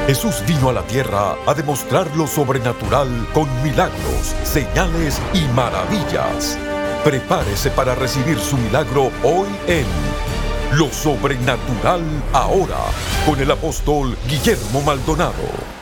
Jesús vino a la tierra a demostrar lo sobrenatural con milagros, señales y maravillas. Prepárese para recibir su milagro hoy en Lo Sobrenatural Ahora, con el apóstol Guillermo Maldonado.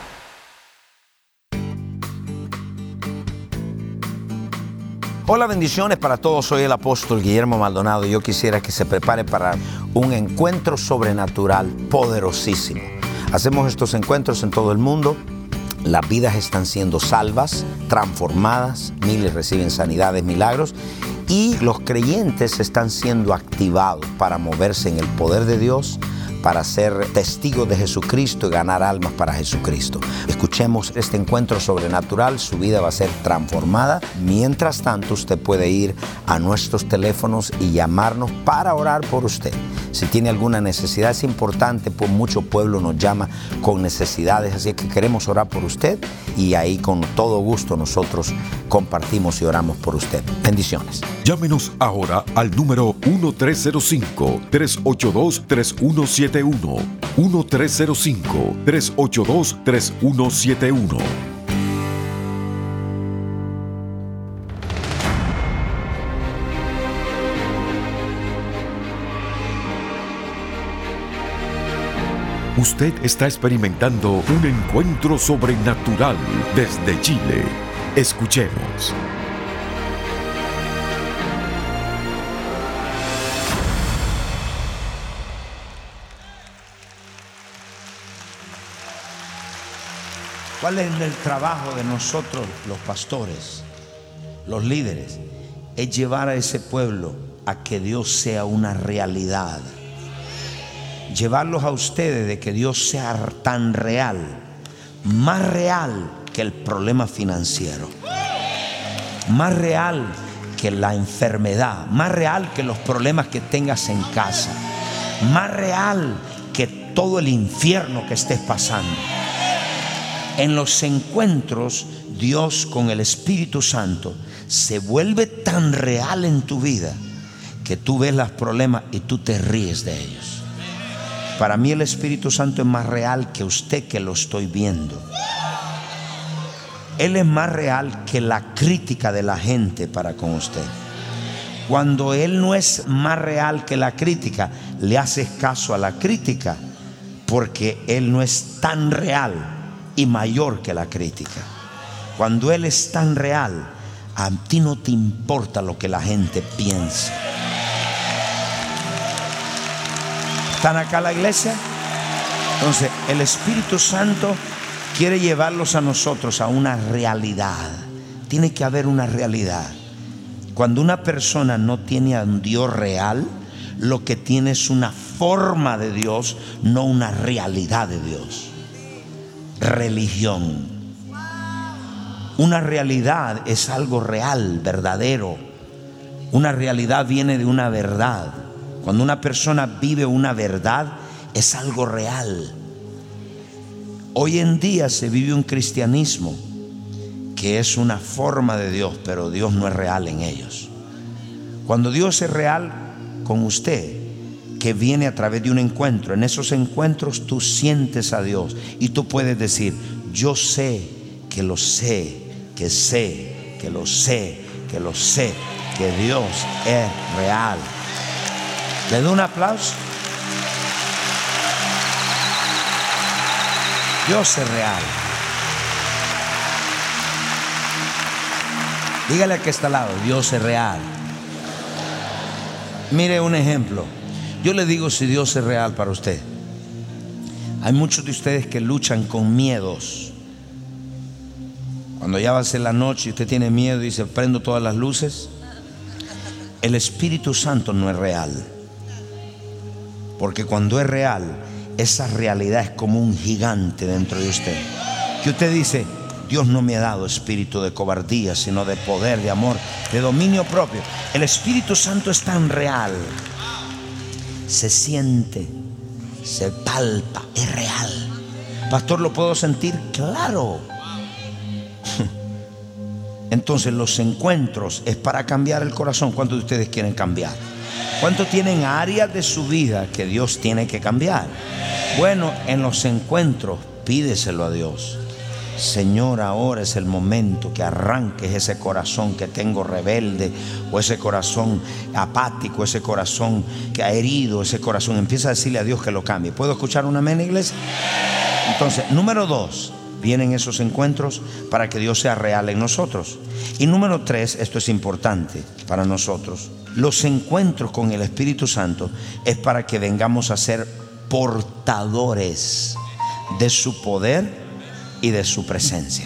Hola, bendiciones para todos. Soy el apóstol Guillermo Maldonado y yo quisiera que se prepare para un encuentro sobrenatural poderosísimo. Hacemos estos encuentros en todo el mundo. Las vidas están siendo salvas, transformadas, miles reciben sanidades, milagros, y los creyentes están siendo activados para moverse en el poder de Dios, para ser testigos de Jesucristo y ganar almas para Jesucristo. Escuchemos este encuentro sobrenatural, su vida va a ser transformada. Mientras tanto, usted puede ir a nuestros teléfonos y llamarnos para orar por usted. Si tiene alguna necesidad, es importante, pues mucho pueblo nos llama con necesidades, así que queremos orar por usted y ahí con todo gusto nosotros compartimos y oramos por usted. Bendiciones. Llámenos ahora al número 1-305-382-3171. 1-305-382-3171. Usted está experimentando un encuentro sobrenatural desde Chile. Escuchemos. ¿Cuál es el trabajo de nosotros, los pastores, los líderes? Es llevar a ese pueblo a que Dios sea una realidad. Llevarlos a ustedes de que Dios sea tan real, más real que el problema financiero, más real que la enfermedad, más real que los problemas que tengas en casa, más real que todo el infierno que estés pasando. En los encuentros, Dios con el Espíritu Santo se vuelve tan real en tu vida que tú ves los problemas y tú te ríes de ellos. Para mí el Espíritu Santo es más real que usted que lo estoy viendo. Él es más real que la crítica de la gente para con usted. Cuando Él no es más real que la crítica, le haces caso a la crítica porque Él no es tan real y mayor que la crítica. Cuando Él es tan real, a ti no te importa lo que la gente piensa. ¿Están acá la iglesia? Entonces el Espíritu Santo quiere llevarlos a nosotros a una realidad. Tiene que haber una realidad. Cuando una persona no tiene a un Dios real, lo que tiene es una forma de Dios, no una realidad de Dios. Religión. Una realidad es algo real, verdadero. Una realidad viene de una verdad. Cuando una persona vive una verdad, es algo real. Hoy en día se vive un cristianismo que es una forma de Dios, pero Dios no es real en ellos. Cuando Dios es real con usted, que viene a través de un encuentro, en esos encuentros tú sientes a Dios y tú puedes decir: yo sé, que lo sé, que sé, que lo sé, que lo sé, que Dios es real. ¿Le doy un aplauso? Dios es real. Dígale al que está al lado: Dios es real. Mire un ejemplo. Yo le digo si Dios es real para usted. Hay muchos de ustedes que luchan con miedos. Cuando ya va a ser la noche y usted tiene miedo y dice: prendo todas las luces. El Espíritu Santo no es real. Porque cuando es real, esa realidad es como un gigante dentro de usted. Que usted dice: Dios no me ha dado espíritu de cobardía, sino de poder, de amor, de dominio propio. El Espíritu Santo es tan real. Se siente, se palpa, es real. Pastor, ¿lo puedo sentir? Claro. Entonces los encuentros es para cambiar el corazón. ¿Cuántos de ustedes quieren cambiar? ¿Cuántos tienen áreas de su vida que Dios tiene que cambiar? Bueno, en los encuentros pídeselo a Dios. Señor, ahora es el momento que arranques ese corazón que tengo rebelde, o ese corazón apático, ese corazón que ha herido, ese corazón. Empieza a decirle a Dios que lo cambie. ¿Puedo escuchar un amén, iglesia? Entonces, número 2, vienen esos encuentros para que Dios sea real en nosotros. Y número 3, esto es importante para nosotros, los encuentros con el Espíritu Santo es para que vengamos a ser portadores de su poder y de su presencia.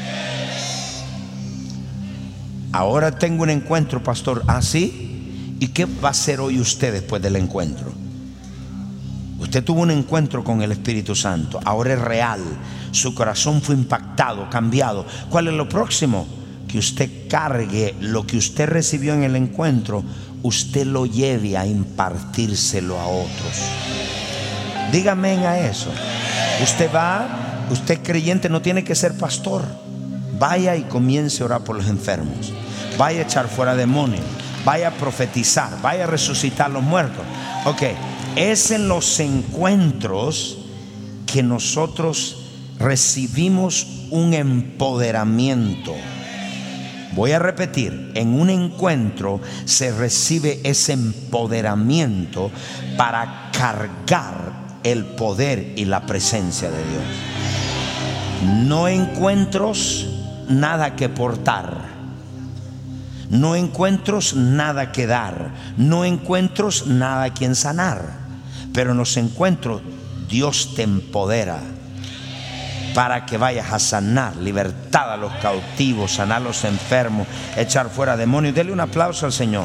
Ahora tengo un encuentro, pastor. ¿Ah, sí? ¿Y qué va a hacer hoy usted después del encuentro? Usted tuvo un encuentro con el Espíritu Santo, ahora es real. Su corazón fue impactado, cambiado. ¿Cuál es lo próximo? Que usted cargue lo que usted recibió en el encuentro, usted lo lleve a impartírselo a otros. Dígame a eso. Usted va. Usted creyente no tiene que ser pastor. Vaya y comience a orar por los enfermos. Vaya a echar fuera demonios. Vaya a profetizar. Vaya a resucitar a los muertos. Ok, es en los encuentros que nosotros recibimos un empoderamiento. Voy a repetir, en un encuentro se recibe ese empoderamiento para cargar el poder y la presencia de Dios. No encuentros, nada que portar. No encuentros, nada que dar. No encuentros, nada a quien sanar. Pero en los encuentros, Dios te empodera para que vayas a sanar, libertad a los cautivos, sanar a los enfermos, echar fuera demonios. Dele un aplauso al Señor.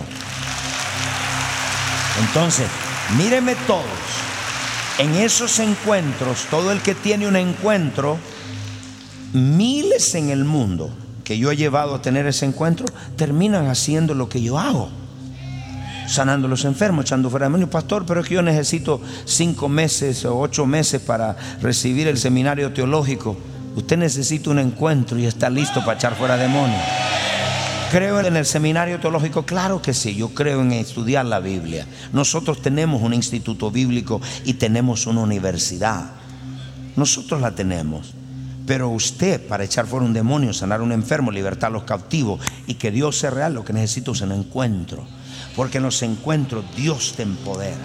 Entonces, míreme todos. En esos encuentros, todo el que tiene un encuentro, miles en el mundo que yo he llevado a tener ese encuentro, terminan haciendo lo que yo hago, sanando a los enfermos, echando fuera demonios. Pastor, pero es que yo necesito 5 meses o 8 meses para recibir el seminario teológico. Usted necesita un encuentro y está listo para echar fuera demonios. ¿Creo en el seminario teológico? Claro que sí, yo creo en estudiar la Biblia. Nosotros tenemos un instituto bíblico y tenemos una universidad. Nosotros la tenemos. Pero usted, para echar fuera un demonio, sanar a un enfermo, libertar a los cautivos y que Dios sea real, lo que necesita es un encuentro. Porque en los encuentros Dios te empodera.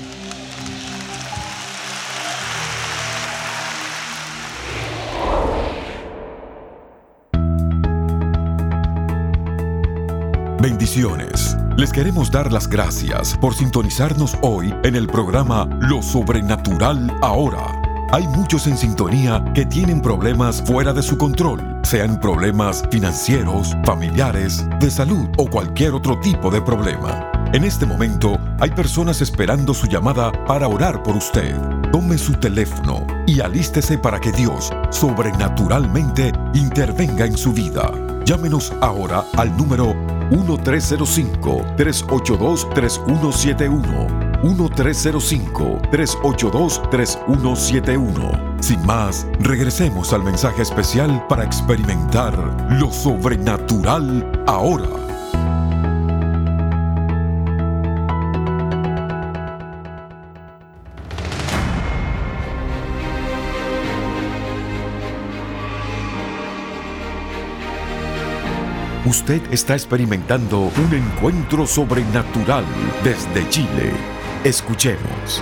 Bendiciones. Les queremos dar las gracias por sintonizarnos hoy en el programa Lo Sobrenatural Ahora. Hay muchos en sintonía que tienen problemas fuera de su control, sean problemas financieros, familiares, de salud o cualquier otro tipo de problema. En este momento hay personas esperando su llamada para orar por usted. Tome su teléfono y alístese para que Dios sobrenaturalmente intervenga en su vida. Llámenos ahora al número 1-305-382-3171. 1-305-382-3171. Sin más, regresemos al mensaje especial para experimentar lo sobrenatural ahora. Usted está experimentando un encuentro sobrenatural desde Chile. Escuchemos.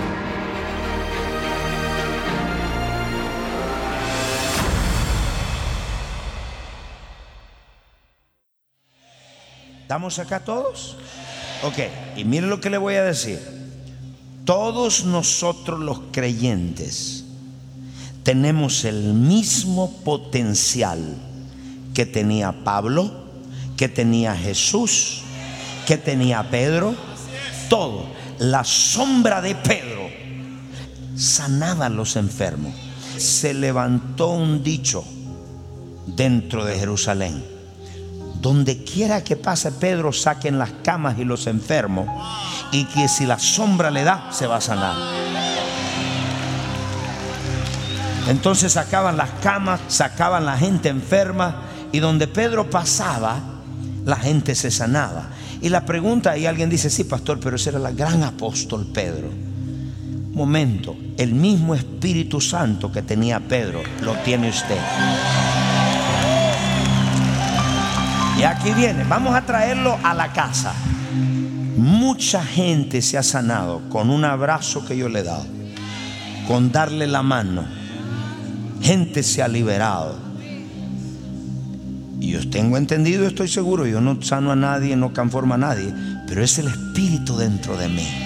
¿Estamos acá todos? Ok, y miren lo que le voy a decir. Todos nosotros los creyentes tenemos el mismo potencial que tenía Pablo, que tenía Jesús, que tenía Pedro. Todo. La sombra de Pedro sanaba a los enfermos. Se levantó un dicho dentro de Jerusalén: donde quiera que pase Pedro, saquen las camas y los enfermos, y que si la sombra le da, se va a sanar. Entonces sacaban las camas, sacaban la gente enferma, y donde Pedro pasaba, la gente se sanaba. Y la pregunta, y alguien dice: sí, pastor, pero ese era el gran apóstol Pedro. momento, el mismo Espíritu Santo que tenía Pedro, lo tiene usted. Y aquí viene, vamos a traerlo a la casa. Mucha gente se ha sanado con un abrazo que yo le he dado, con darle la mano. Gente se ha liberado. Y yo tengo entendido, estoy seguro, yo no sano a nadie, no conformo a nadie, pero es el Espíritu dentro de mí.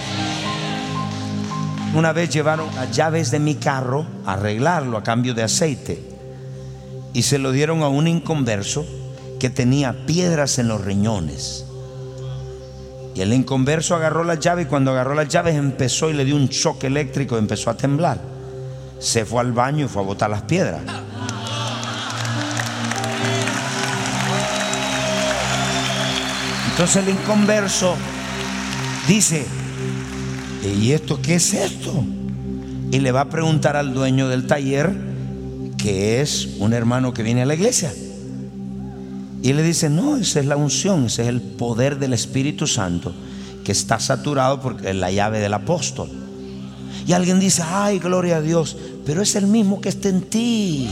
Una vez llevaron las llaves de mi carro a arreglarlo a cambio de aceite, y se lo dieron a un inconverso que tenía piedras en los riñones. Y el inconverso agarró las llaves, y cuando agarró las llaves empezó y le dio un choque eléctrico y empezó a temblar. Se fue al baño y fue a botar las piedras. Entonces el inconverso dice: ¿y esto qué es esto? Y le va a preguntar al dueño del taller, que es un hermano que viene a la iglesia. Y le dice: no, esa es la unción, ese es el poder del Espíritu Santo que está saturado porque es la llave del apóstol. Y alguien dice: ay, gloria a Dios, pero es el mismo que está en ti.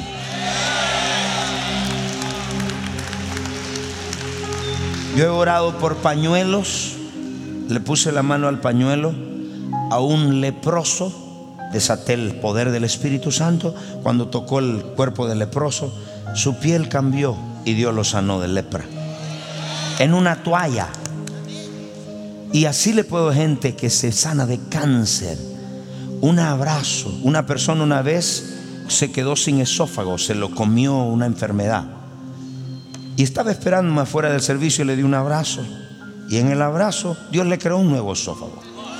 Yo he orado por pañuelos, le puse la mano al pañuelo a un leproso, desaté el poder del Espíritu Santo. Cuando tocó el cuerpo del leproso, su piel cambió y Dios lo sanó de lepra en una toalla. Y así le puedo a gente que se sana de cáncer. Un abrazo. Una persona una vez se quedó sin esófago, se lo comió una enfermedad, y estaba esperándome afuera del servicio y le di un abrazo, y en el abrazo Dios le creó un nuevo esófago.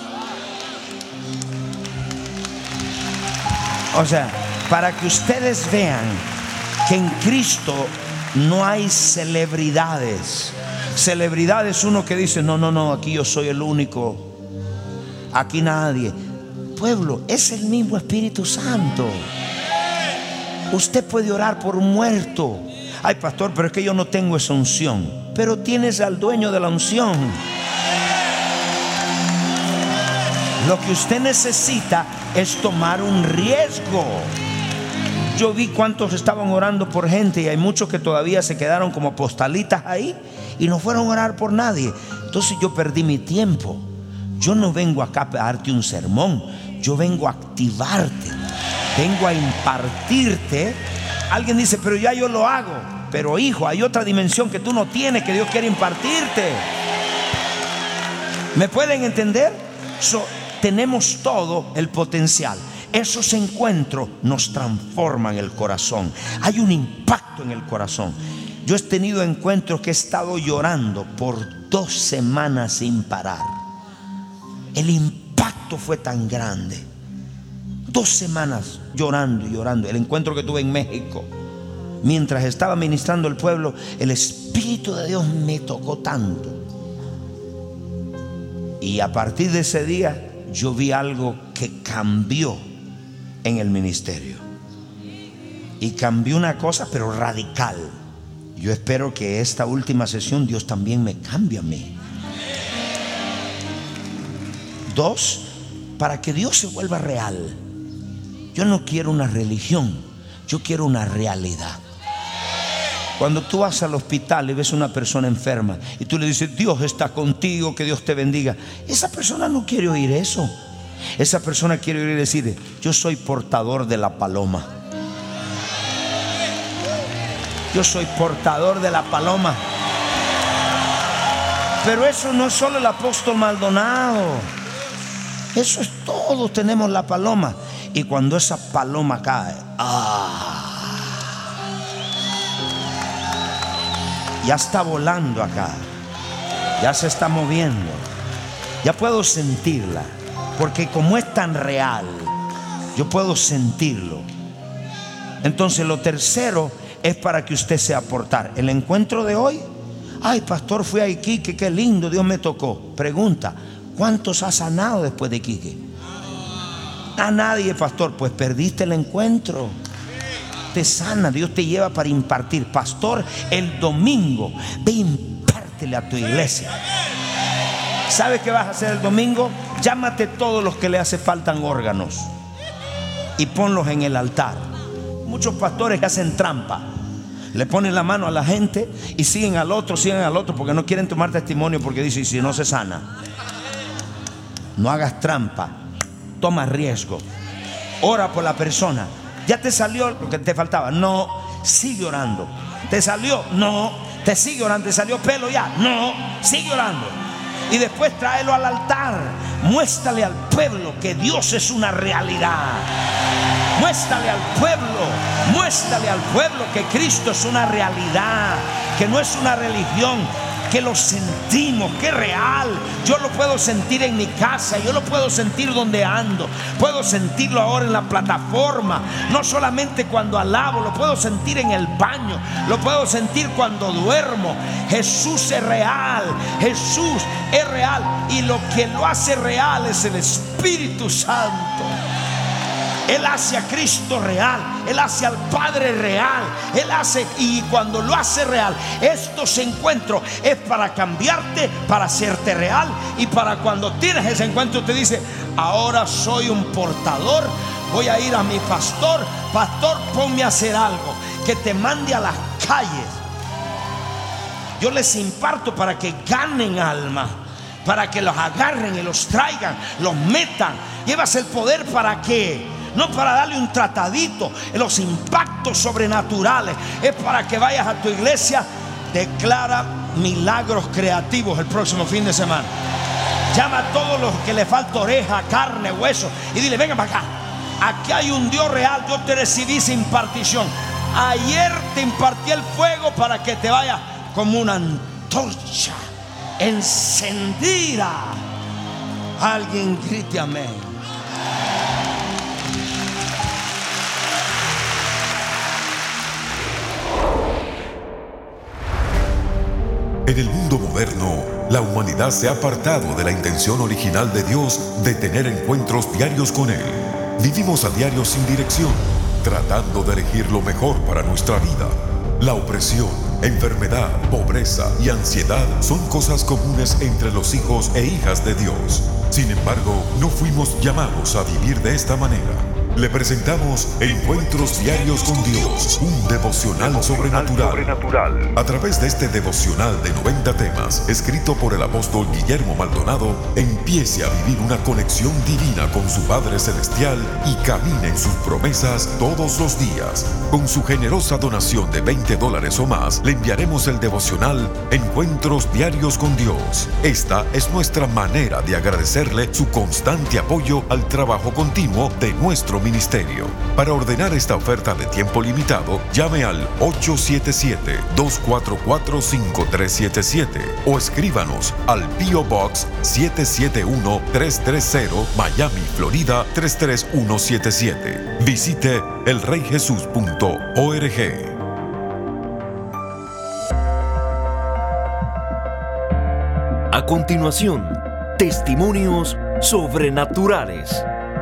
O sea, para que ustedes vean que en Cristo no hay celebridades. Celebridad es uno que dice: no, aquí yo soy el único, aquí nadie. Pueblo, es el mismo Espíritu Santo. Usted puede orar por un muerto. Ay, pastor, pero es que yo no tengo esa unción. Pero tienes al dueño de la unción. Lo que usted necesita es tomar un riesgo. Yo vi cuántos estaban orando por gente, y hay muchos que todavía se quedaron como postalitas ahí y no fueron a orar por nadie. Entonces yo perdí mi tiempo. Yo no vengo acá a darte un sermón, yo vengo a activarte, vengo a impartirte. Alguien dice: pero ya yo lo hago. Pero hijo, hay otra dimensión que tú no tienes, que Dios quiere impartirte. ¿Me pueden entender? Tenemos todo el potencial. Esos encuentros nos transforman el corazón. Hay un impacto en el corazón. Yo he tenido encuentros que he estado llorando por 2 semanas sin parar. El impacto fue tan grande. 2 semanas llorando y llorando. El encuentro que tuve en México, mientras estaba ministrando al pueblo, el Espíritu de Dios me tocó tanto. Y a partir de ese día yo vi algo que cambió en el ministerio. Y cambió una cosa, pero radical. Yo espero que esta última sesión Dios también me cambie a mí. 2, para que Dios se vuelva real. Yo no quiero una religión, yo quiero una realidad. Cuando tú vas al hospital y ves a una persona enferma y tú le dices: Dios está contigo, que Dios te bendiga, esa persona no quiere oír eso. Esa persona quiere oír decir: yo soy portador de la paloma. Yo soy portador de la paloma. Pero eso no es solo el apóstol Maldonado. Eso es todo. Tenemos la paloma. Y cuando esa paloma cae, ya está volando acá, ya se está moviendo, ya puedo sentirla, porque como es tan real, yo puedo sentirlo. Entonces lo tercero es para que usted se aportar. El encuentro de hoy: ay, pastor, fui a Iquique, qué lindo, Dios me tocó. Pregunta: ¿cuántos ha sanado después de Iquique? A nadie, pastor. Pues perdiste el encuentro. Te sana, Dios te lleva para impartir. Pastor, el domingo ve, impártele a tu iglesia. ¿Sabes qué vas a hacer el domingo? Llámate todos los que le hace faltan órganos y ponlos en el altar. Muchos pastores que hacen trampa, le ponen la mano a la gente y siguen al otro porque no quieren tomar testimonio, porque dicen, si no se sana. No hagas trampa, toma riesgo. Ora por la persona. ¿Ya te salió lo que te faltaba? No, sigue orando. ¿Te salió? No, te sigue orando. ¿Te salió pelo ya? No, sigue orando. Y después tráelo al altar. Muéstrale al pueblo que Dios es una realidad. Muéstrale al pueblo que Cristo es una realidad, que no es una religión, que lo sentimos, que es real. Yo lo puedo sentir en mi casa, yo lo puedo sentir donde ando, puedo sentirlo ahora en la plataforma, no solamente cuando alabo, lo puedo sentir en el baño, lo puedo sentir cuando duermo. Jesús es real, Jesús es real, y lo que lo hace real es el Espíritu Santo. Él hace a Cristo real, Él hace al Padre real, Él hace, y cuando lo hace real, estos encuentros es para cambiarte, para hacerte real, y para cuando tienes ese encuentro te dice, ahora soy un portador, voy a ir a mi pastor, pastor, ponme a hacer algo, que te mande a las calles. Yo les imparto para que ganen alma, para que los agarren y los traigan, los metan. Llevas el poder para qué. No para darle un tratadito. Los impactos sobrenaturales es para que vayas a tu iglesia. Declara milagros creativos el próximo fin de semana. Llama a todos los que le falta oreja, carne, hueso, y dile, venga para acá. Aquí hay un Dios real. Yo te recibí sin impartición. Ayer te impartí el fuego para que te vayas como una antorcha encendida. Alguien grite amén. En el mundo moderno, la humanidad se ha apartado de la intención original de Dios de tener encuentros diarios con Él. Vivimos a diario sin dirección, tratando de elegir lo mejor para nuestra vida. La opresión, enfermedad, pobreza y ansiedad son cosas comunes entre los hijos e hijas de Dios. Sin embargo, no fuimos llamados a vivir de esta manera. Le presentamos Encuentros Diarios con Dios, un devocional sobrenatural. A través de este devocional de 90 temas, escrito por el apóstol Guillermo Maldonado, empiece a vivir una conexión divina con su Padre Celestial y camine en sus promesas todos los días. Con su generosa donación de $20 o más, le enviaremos el devocional Encuentros Diarios con Dios. Esta es nuestra manera de agradecerle su constante apoyo al trabajo continuo de nuestro ministerio. Para ordenar esta oferta de tiempo limitado, llame al 877-244-5377 o escríbanos al P.O. Box 771-330, Miami, Florida 33177. Visite elreyjesus.org. A continuación, testimonios sobrenaturales.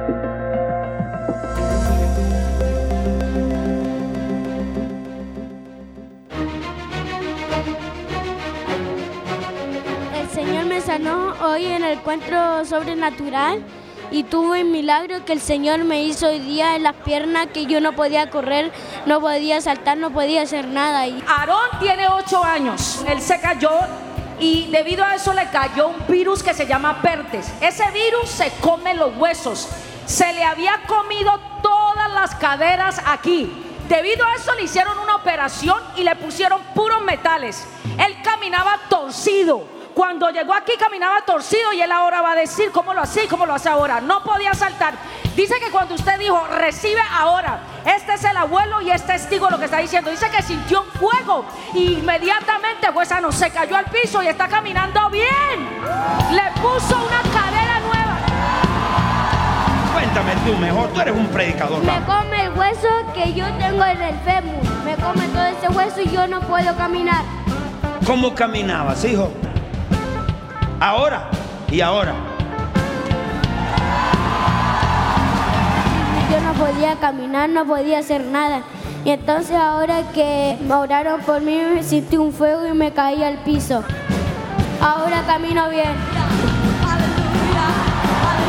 Sanó hoy en el encuentro sobrenatural y tuve un milagro que el Señor me hizo hoy día en las piernas, que yo no podía correr, no podía saltar, no podía hacer nada. Aarón tiene 8 años, él se cayó y debido a eso le cayó un virus que se llama Pertes. Ese virus se come los huesos, se le había comido todas las caderas aquí. Debido a eso le hicieron una operación y le pusieron puros metales. Él caminaba torcido. Cuando llegó aquí caminaba torcido y él ahora va a decir cómo lo hace ahora. No podía saltar. Dice que cuando usted dijo recibe ahora, este es el abuelo y es testigo de lo que está diciendo. Dice que sintió un fuego y inmediatamente fue sano, se cayó al piso y está caminando bien. Le puso una cadera nueva. Cuéntame tú mejor, tú eres un predicador. Me come el hueso que yo tengo en el fémur. Me come todo ese hueso y yo no puedo caminar. ¿Cómo caminabas, hijo? Ahora y ahora. Yo no podía caminar, no podía hacer nada. Y entonces ahora que me oraron por mí, me sentí un fuego y me caí al piso. Ahora camino bien. Aleluya, aleluya.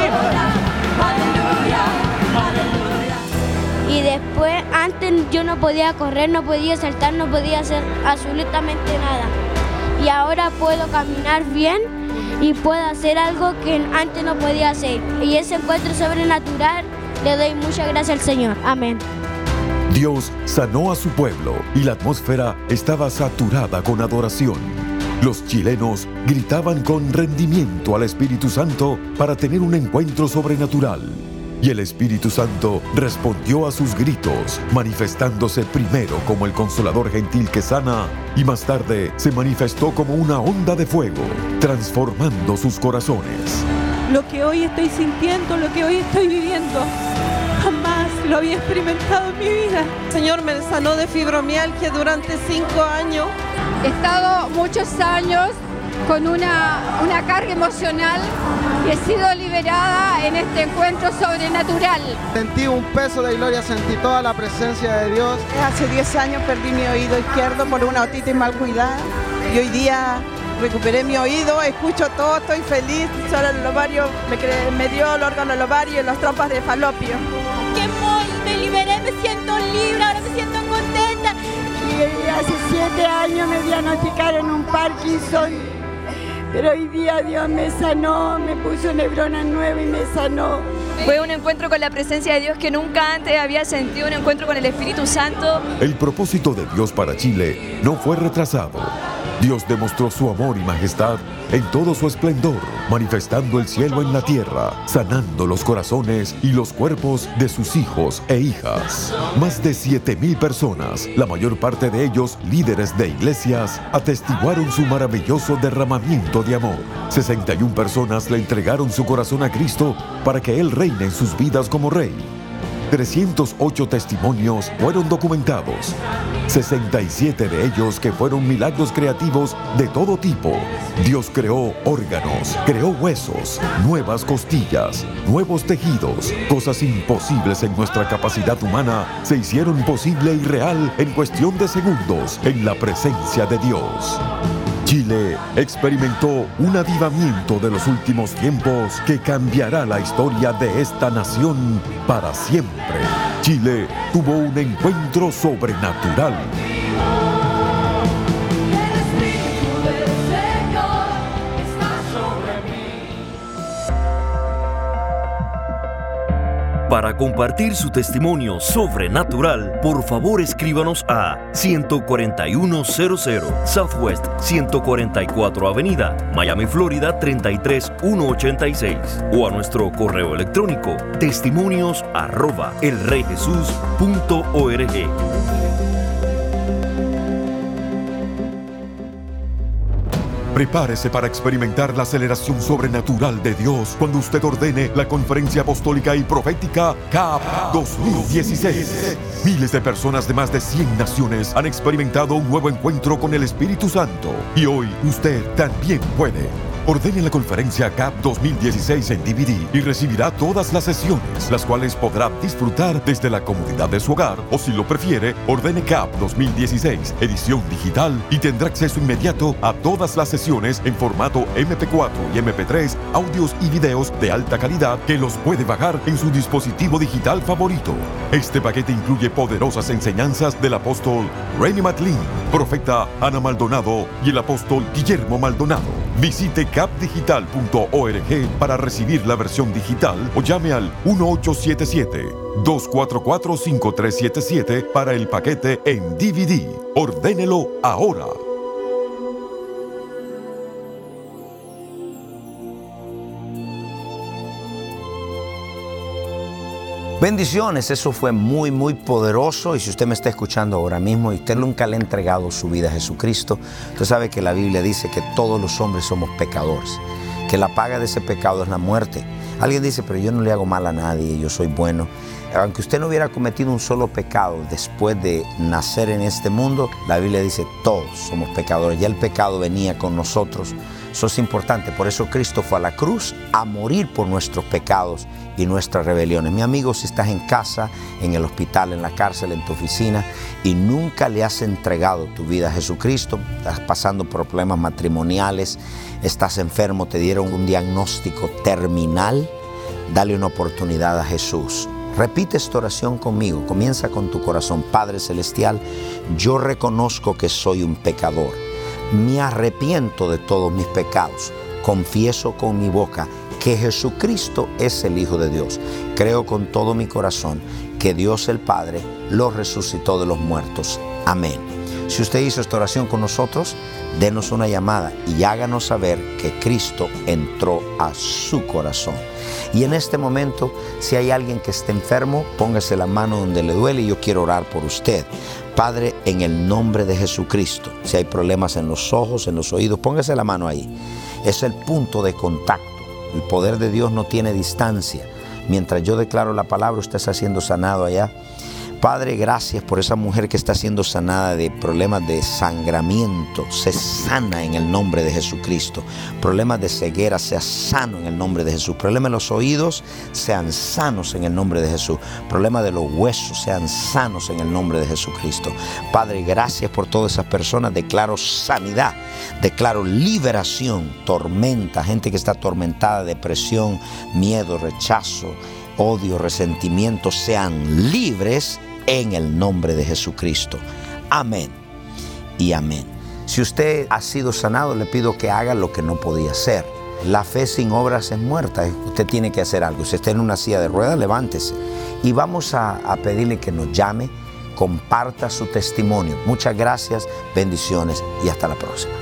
Y después, antes yo no podía correr, no podía saltar, no podía hacer absolutamente nada. Y ahora puedo caminar bien y puedo hacer algo que antes no podía hacer. Y ese encuentro sobrenatural, le doy muchas gracias al Señor. Amén. Dios sanó a su pueblo y la atmósfera estaba saturada con adoración. Los chilenos gritaban con rendimiento al Espíritu Santo para tener un encuentro sobrenatural. Y el Espíritu Santo respondió a sus gritos, manifestándose primero como el Consolador gentil que sana, y más tarde se manifestó como una onda de fuego, transformando sus corazones. Lo que hoy estoy sintiendo, lo que hoy estoy viviendo, jamás lo había experimentado en mi vida. El Señor me sanó de fibromialgia durante 5 años. He estado muchos años con una carga emocional y he sido liberada en este encuentro sobrenatural. Sentí un peso de gloria, sentí toda la presencia de Dios. Hace 10 años perdí mi oído izquierdo por una otitis mal cuidada y hoy día recuperé mi oído, escucho todo, estoy feliz. Solo el ovario me dio el órgano del ovario y las trompas de falopio. ¡Qué me liberé! Me siento libre, ahora me siento contenta. Y hace 7 años me diagnosticaron un Parkinson. Pero hoy día Dios me sanó, me puso neuronas nuevas y me sanó. Fue un encuentro con la presencia de Dios que nunca antes había sentido, un encuentro con el Espíritu Santo. El propósito de Dios para Chile no fue retrasado. Dios demostró su amor y majestad en todo su esplendor, manifestando el cielo en la tierra, sanando los corazones y los cuerpos de sus hijos e hijas. Más de 7,000 personas, la mayor parte de ellos líderes de iglesias, atestiguaron su maravilloso derramamiento de amor. 61 personas le entregaron su corazón a Cristo para que Él reine en sus vidas como Rey. 308 testimonios fueron documentados, 67 de ellos que fueron milagros creativos de todo tipo. Dios creó órganos, creó huesos, nuevas costillas, nuevos tejidos. Cosas imposibles en nuestra capacidad humana se hicieron posible y real en cuestión de segundos en la presencia de Dios. Chile experimentó un avivamiento de los últimos tiempos que cambiará la historia de esta nación para siempre. Chile tuvo un encuentro sobrenatural. Para compartir su testimonio sobrenatural, por favor escríbanos a 14100 Southwest 144 Avenida, Miami, Florida 33186 o a nuestro correo electrónico testimonios@elreyjesus.org. Prepárese para experimentar la aceleración sobrenatural de Dios cuando usted ordene la Conferencia Apostólica y Profética CAP 2016. Miles de personas de más de 100 naciones han experimentado un nuevo encuentro con el Espíritu Santo. Y hoy usted también puede. Ordene la conferencia CAP 2016 en DVD y recibirá todas las sesiones, las cuales podrá disfrutar desde la comodidad de su hogar, o si lo prefiere, ordene CAP 2016 edición digital y tendrá acceso inmediato a todas las sesiones en formato MP4 y MP3, audios y videos de alta calidad que los puede bajar en su dispositivo digital favorito. Este paquete incluye poderosas enseñanzas del apóstol Remy McLean, profeta Ana Maldonado y el apóstol Guillermo Maldonado. Visite capdigital.org para recibir la versión digital o llame al 1877-244-5377 para el paquete en DVD. Ordénelo ahora. Bendiciones, eso fue muy, muy poderoso. Y si usted me está escuchando ahora mismo y usted nunca le ha entregado su vida a Jesucristo, usted sabe que la Biblia dice que todos los hombres somos pecadores, que la paga de ese pecado es la muerte. Alguien dice, pero yo no le hago mal a nadie, yo soy bueno. Aunque usted no hubiera cometido un solo pecado después de nacer en este mundo, la Biblia dice todos somos pecadores. Ya el pecado venía con nosotros. Eso es importante. Por eso Cristo fue a la cruz a morir por nuestros pecados y nuestras rebeliones. Mi amigo, si estás en casa, en el hospital, en la cárcel, en tu oficina y nunca le has entregado tu vida a Jesucristo, estás pasando por problemas matrimoniales, estás enfermo, te dieron un diagnóstico terminal, Dale una oportunidad a Jesús. Repite esta oración conmigo. Comienza con tu corazón. Padre Celestial, yo reconozco que soy un pecador. Me arrepiento de todos mis pecados. Confieso con mi boca que Jesucristo es el Hijo de Dios. Creo con todo mi corazón que Dios el Padre lo resucitó de los muertos. Amén. Si usted hizo esta oración con nosotros, denos una llamada y háganos saber que Cristo entró a su corazón. Y en este momento, si hay alguien que esté enfermo, póngase la mano donde le duele y yo quiero orar por usted. Padre, en el nombre de Jesucristo, si hay problemas en los ojos, en los oídos, póngase la mano ahí. Es el punto de contacto. El poder de Dios no tiene distancia. Mientras yo declaro la palabra, usted está siendo sanado allá. Padre, gracias por esa mujer que está siendo sanada de problemas de sangramiento. Se sana en el nombre de Jesucristo. Problemas de ceguera, sea sano en el nombre de Jesús. Problemas de los oídos, sean sanos en el nombre de Jesús. Problemas de los huesos, sean sanos en el nombre de Jesucristo. Padre, gracias por todas esas personas. Declaro sanidad, declaro liberación, tormenta, gente que está atormentada, depresión, miedo, rechazo, odio, resentimiento, sean libres en el nombre de Jesucristo. Amén y amén. Si usted ha sido sanado, le pido que haga lo que no podía hacer. La fe sin obras es muerta. Usted tiene que hacer algo. Si está en una silla de ruedas, levántese. Y vamos a pedirle que nos llame, comparta su testimonio. Muchas gracias, bendiciones y hasta la próxima.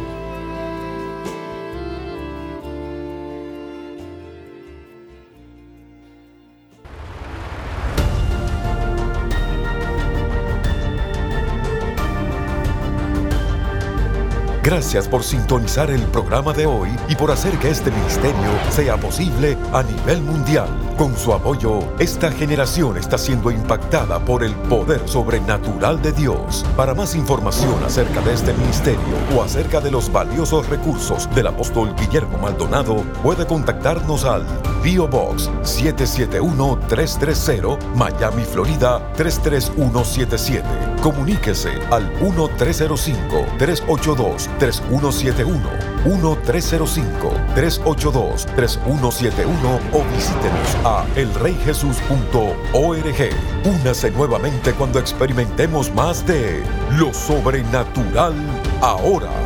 Gracias por sintonizar el programa de hoy y por hacer que este ministerio sea posible a nivel mundial. Con su apoyo, esta generación está siendo impactada por el poder sobrenatural de Dios. Para más información acerca de este ministerio o acerca de los valiosos recursos del apóstol Guillermo Maldonado, puede contactarnos al P.O. Box 771-330, Miami, Florida 33177. Comuníquese al 1-305-382-3171, 1-305-382-3171 o visítenos a elreyjesus.org. Únase nuevamente cuando experimentemos más de lo sobrenatural ahora.